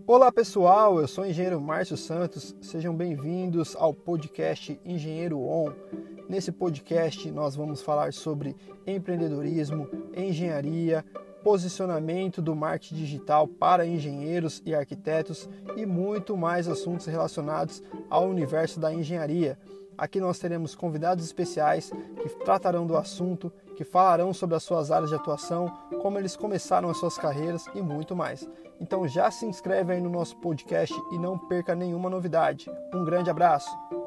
Olá pessoal, eu sou o engenheiro Márcio Santos, sejam bem-vindos ao podcast Engenheiro On. Nesse podcast nós vamos falar sobre empreendedorismo, engenharia, posicionamento do marketing digital para engenheiros e arquitetos e muito mais assuntos relacionados ao universo da engenharia. Aqui nós teremos convidados especiais que tratarão do assunto, que falarão sobre as suas áreas de atuação, como eles começaram as suas carreiras e muito mais. Então já se inscreve aí no nosso podcast e não perca nenhuma novidade. Um grande abraço!